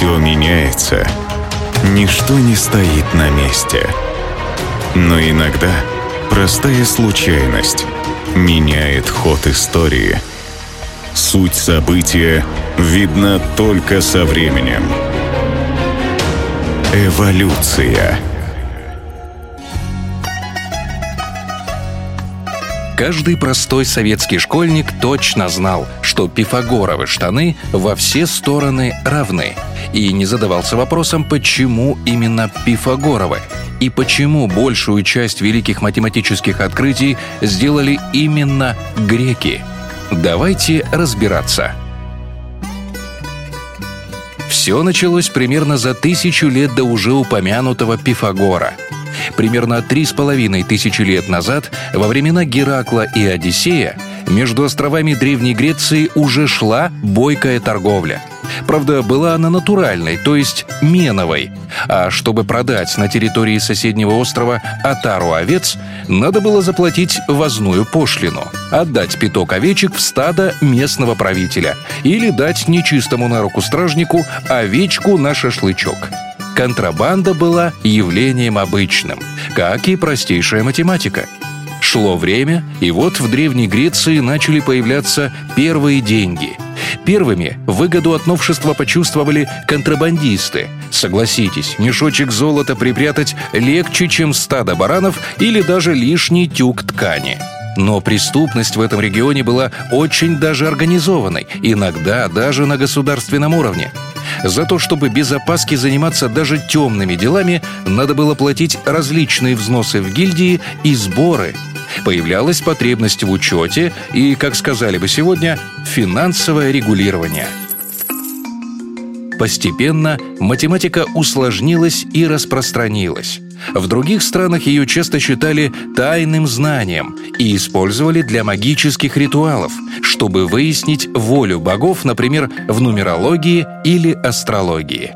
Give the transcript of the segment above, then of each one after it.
Все меняется. Ничто не стоит на месте. Но иногда простая случайность меняет ход истории. Суть события видна только со временем. Эволюция. Каждый простой советский школьник точно знал, что пифагоровы штаны во все стороны равны, и не задавался вопросом, почему именно пифагоровы, и почему большую часть великих математических открытий сделали именно греки. Давайте разбираться. Все началось примерно за 1000 лет до уже упомянутого Пифагора. Примерно 3500 лет назад, во времена Геракла и Одиссея, между островами Древней Греции уже шла бойкая торговля. Правда, была она натуральной, то есть меновой. А чтобы продать на территории соседнего острова отару овец, надо было заплатить ввозную пошлину, отдать пяток овечек в стадо местного правителя или дать нечистому на руку стражнику овечку на шашлычок. Контрабанда была явлением обычным, как и простейшая математика. Шло время, и вот в Древней Греции начали появляться первые деньги. Первыми выгоду от новшества почувствовали контрабандисты. Согласитесь, мешочек золота припрятать легче, чем стадо баранов или даже лишний тюк ткани. Но преступность в этом регионе была очень даже организованной, иногда даже на государственном уровне. За то, чтобы без опаски заниматься даже темными делами, надо было платить различные взносы в гильдии и сборы. Появлялась потребность в учете и, как сказали бы сегодня, финансовое регулирование. Постепенно математика усложнилась и распространилась. В других странах ее часто считали тайным знанием и использовали для магических ритуалов, чтобы выяснить волю богов, например, в нумерологии или астрологии.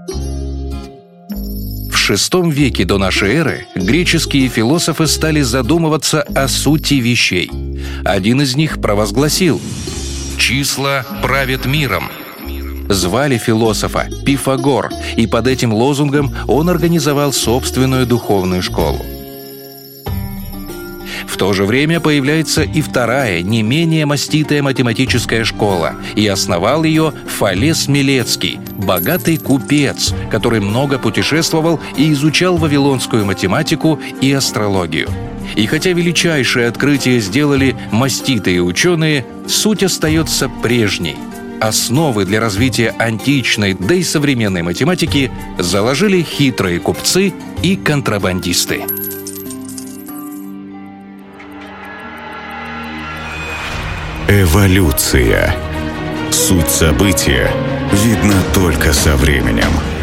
В VI веке до нашей эры греческие философы стали задумываться о сути вещей. Один из них провозгласил: «Числа правят миром». Звали философа Пифагор, и под этим лозунгом он организовал собственную духовную школу. В то же время появляется и вторая, не менее маститая математическая школа, и основал ее Фалес Милецкий, богатый купец, который много путешествовал и изучал вавилонскую математику и астрологию. И хотя величайшие открытия сделали маститые ученые, суть остается прежней. Основы для развития античной, да и современной математики заложили хитрые купцы и контрабандисты. Эволюция. Суть события видна только со временем.